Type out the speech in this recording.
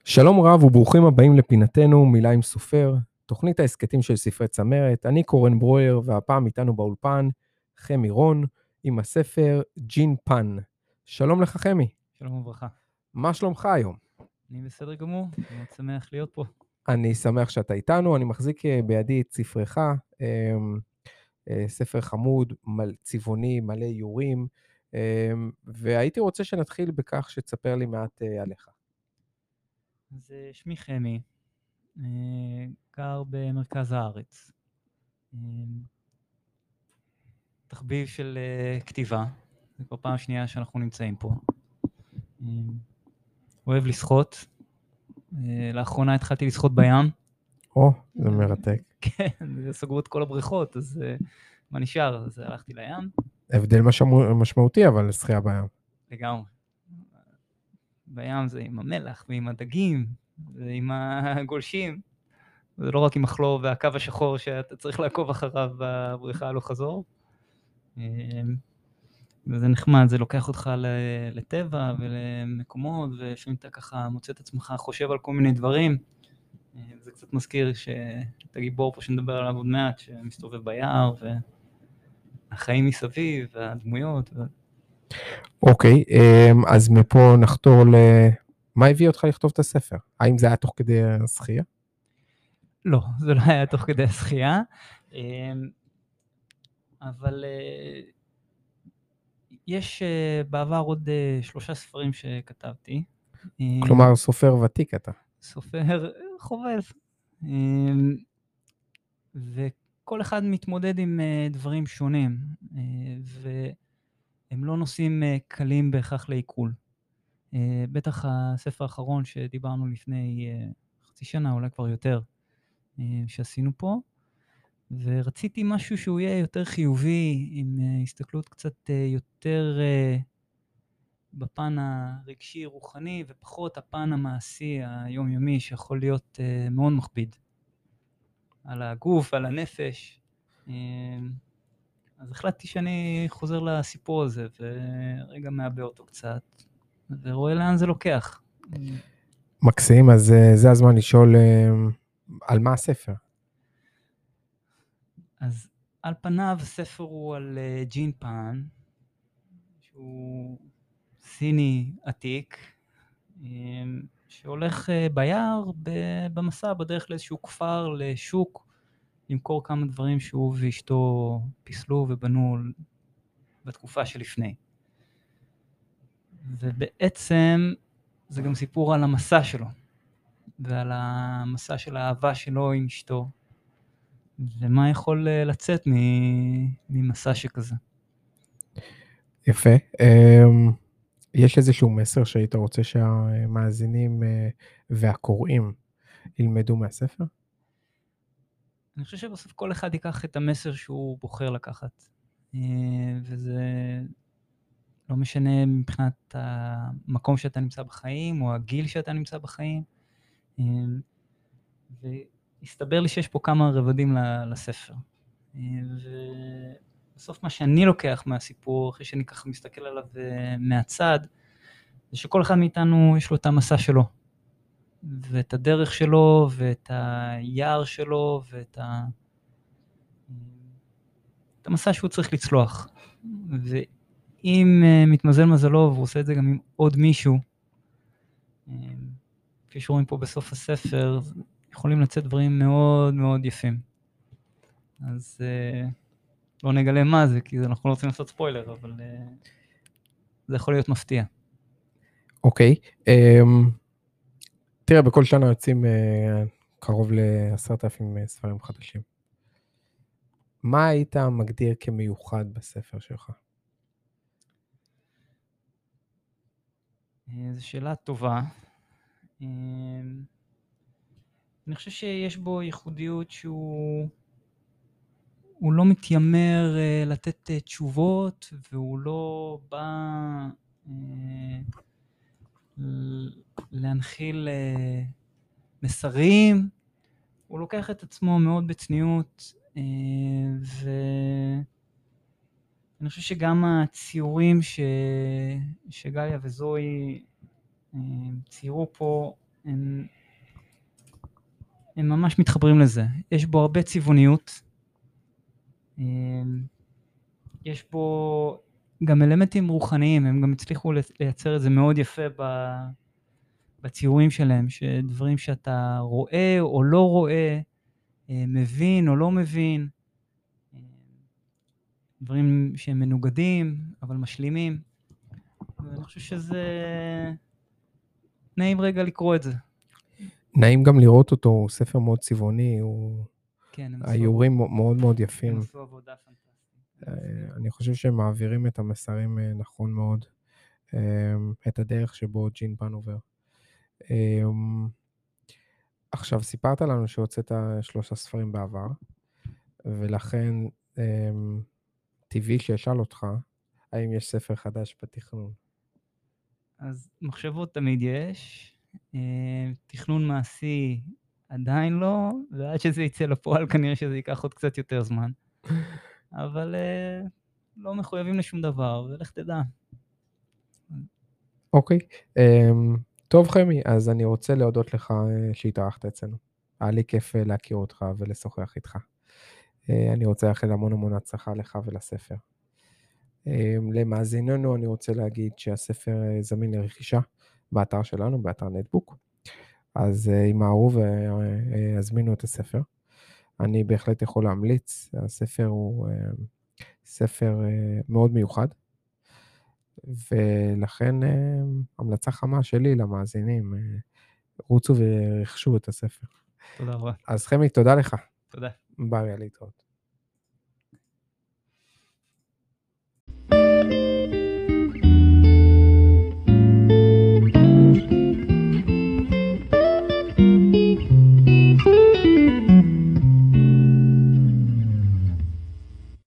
שלום רב וברוכים הבאים לפינתנו מילה עם סופר, תוכנית ההסכתים של ספרי צמרת. אני קורן ברויר, והפעם איתנו באולפן חמי רון עם הספר ג'ין פן. שלום לך חמי. שלום וברכה. מה שלומך היום? אני בסדר גמור, מאוד שמח להיות פה. אני שמח שאתה איתנו, אני מחזיק בידי את ספרך, ספר חמוד, צבעוני, מלא איורים, והייתי רוצה שנתחיל בכך שתספר לי מעט עליך. אז שמי חמי, גר במרכז הארץ. תחביב של כתיבה, זה כבר פעם שנייה שאנחנו נמצאים פה. אוהב לשחות, לאחרונה התחלתי לשחות בים. זה מרתק. כן, סגרו את כל הבריכות, אז מה נשאר? אז הלכתי לים. הבדל משמעותי, אבל שחייה בים. לגמרי. בים זה עם המלח ועם הדגים ועם הגולשים. זה לא רק עם החלור והקו השחור שאתה צריך לעקוב אחריו בבריכה הלוך חזור. וזה נחמד, זה לוקח אותך לטבע ולמקומות, ולפעמים אתה ככה מוצא את עצמך חושב על כל מיני דברים. זה קצת מזכיר שאתה גיבור פה שנדבר עליו עוד מעט, שמסתובב ביער, והחיים מסביב, והדמויות. אוקיי, אז מפה נחתור מה הביא אותך לכתוב את הספר? האם זה היה תוך כדי השחייה? לא, זה לא היה תוך כדי השחייה, אבל יש בעבר עוד 3 ספרים שכתבתי. כלומר, סופר ותיק אתה. סופר חובב. וכל אחד מתמודד עם דברים שונים, והם לא נושאים קלים בהכרח לעיכול. בטח הספר האחרון שדיברנו לפני חצי שנה, אולי כבר יותר, שעשינו פה, ורציתי משהו שהוא יהיה יותר חיובי, עם הסתכלות קצת יותר בפן הרגשי רוחני, ופחות הפן המעשי היומיומי שיכול להיות מאוד מכביד על הגוף, על הנפש. אז החלטתי שאני חוזר לסיפור הזה ורגע מעבה אותו קצת ורואה לאן זה לוקח. מקסים, אז זה הזמן לשאול על מה הספר. אז על פניו הספר הוא על ג'ין פן, שהוא סיני עתיק, שהולך ביער במסע בדרך לאיזשהו כפר, לשוק, למכור כמה דברים שהוא ואשתו פיסלו ובנו בתקופה שלפני. ובעצם זה גם סיפור על המסע שלו, ועל המסע של האהבה שלו עם אשתו, ומה יכול לצאת ממסע שכזה. יפה. יש איזשהו מסר שהיית רוצה שהמאזינים והקוראים ילמדו מהספר? אני חושב שבסוף כל אחד ייקח את המסר שהוא בוחר לקחת, וזה לא משנה מבחינת המקום שאתה נמצא בחיים, או הגיל שאתה נמצא בחיים, והסתבר לי שיש פה כמה רבדים לספר. ובסוף מה שאני לוקח מהסיפור, אחרי שאני ככה מסתכל עליו מהצד, זה שכל אחד מאיתנו יש לו את המסע שלו, ואת הדרך שלו, ואת היער שלו, ואת המסע שהוא צריך לצלוח. ואם מתמזל מזלו, והוא עושה את זה גם עם עוד מישהו, כפי שרואים פה בסוף הספר, יכולים לצאת דברים מאוד מאוד יפים. אז לא נגלה מה זה, כי אנחנו לא רוצים לעשות ספוילר, אבל זה יכול להיות מפתיע. אוקיי. תראה, בכל שנה יוצאים קרוב ל10,000 ספרים חדשים. מה היית מגדיר כמיוחד בספר שלך? זו שאלה טובה. אני חושב שיש בו ייחודיות שהוא לא מתיימר לתת תשובות, והוא לא בא להנחיל מסרים. הוא לוקח את עצמו מאוד בצניעות, ואני חושב שגם הציורים שגליה וזוהי ציירו פה, הם ממש מתחברים לזה. יש בו הרבה צבעוניות, יש בו גם אלמנטים רוחניים, הם גם הצליחו לייצר את זה מאוד יפה בציורים שלהם, שדברים שאתה רואה או לא רואה, מבין או לא מבין, דברים שהם מנוגדים אבל משלימים, ואני חושב שזה נעים רגע לקרוא את זה. נעים גם לראות אותו, הוא ספר מאוד צבעוני, הוא... כן, האיורים מאוד מאוד הם יפים. עשו עבודה פנטסטית. אני חושב שהם מעבירים את המסרים נכון מאוד, את הדרך שבו ג'ין פן עובר. עכשיו, סיפרת לנו שהוצאת 3 ספרים בעבר, ולכן טבעי שאשאל אותך, האם יש ספר חדש בתכנון? אז מחשבות תמיד יש, תכנון מעשי עדיין לא, ועד שזה יצא לפועל כנראה שזה ייקח עוד קצת יותר זמן. אבל לא מחויבים לשום דבר, ולך תדע. אוקיי. טוב חמי, אז אני רוצה להודות לך שהתארחת אצלנו. היה לי כיף להכיר אותך ולשוחח איתך. אני רוצה לאחל המון הצלחה לך ולספר. למאזיננו אני רוצה להגיד שהספר זמין לרכישה באתר שלנו, באתר נטבוק. אז ימהרו והזמינו את הספר. אני בהחלט יכול להמליץ, הספר הוא ספר מאוד מיוחד, ולכן המלצה חמה שלי למאזינים, רוצו ורכשו את הספר. תודה רבה. אז חמי, תודה לך. תודה. ביי, להתראות.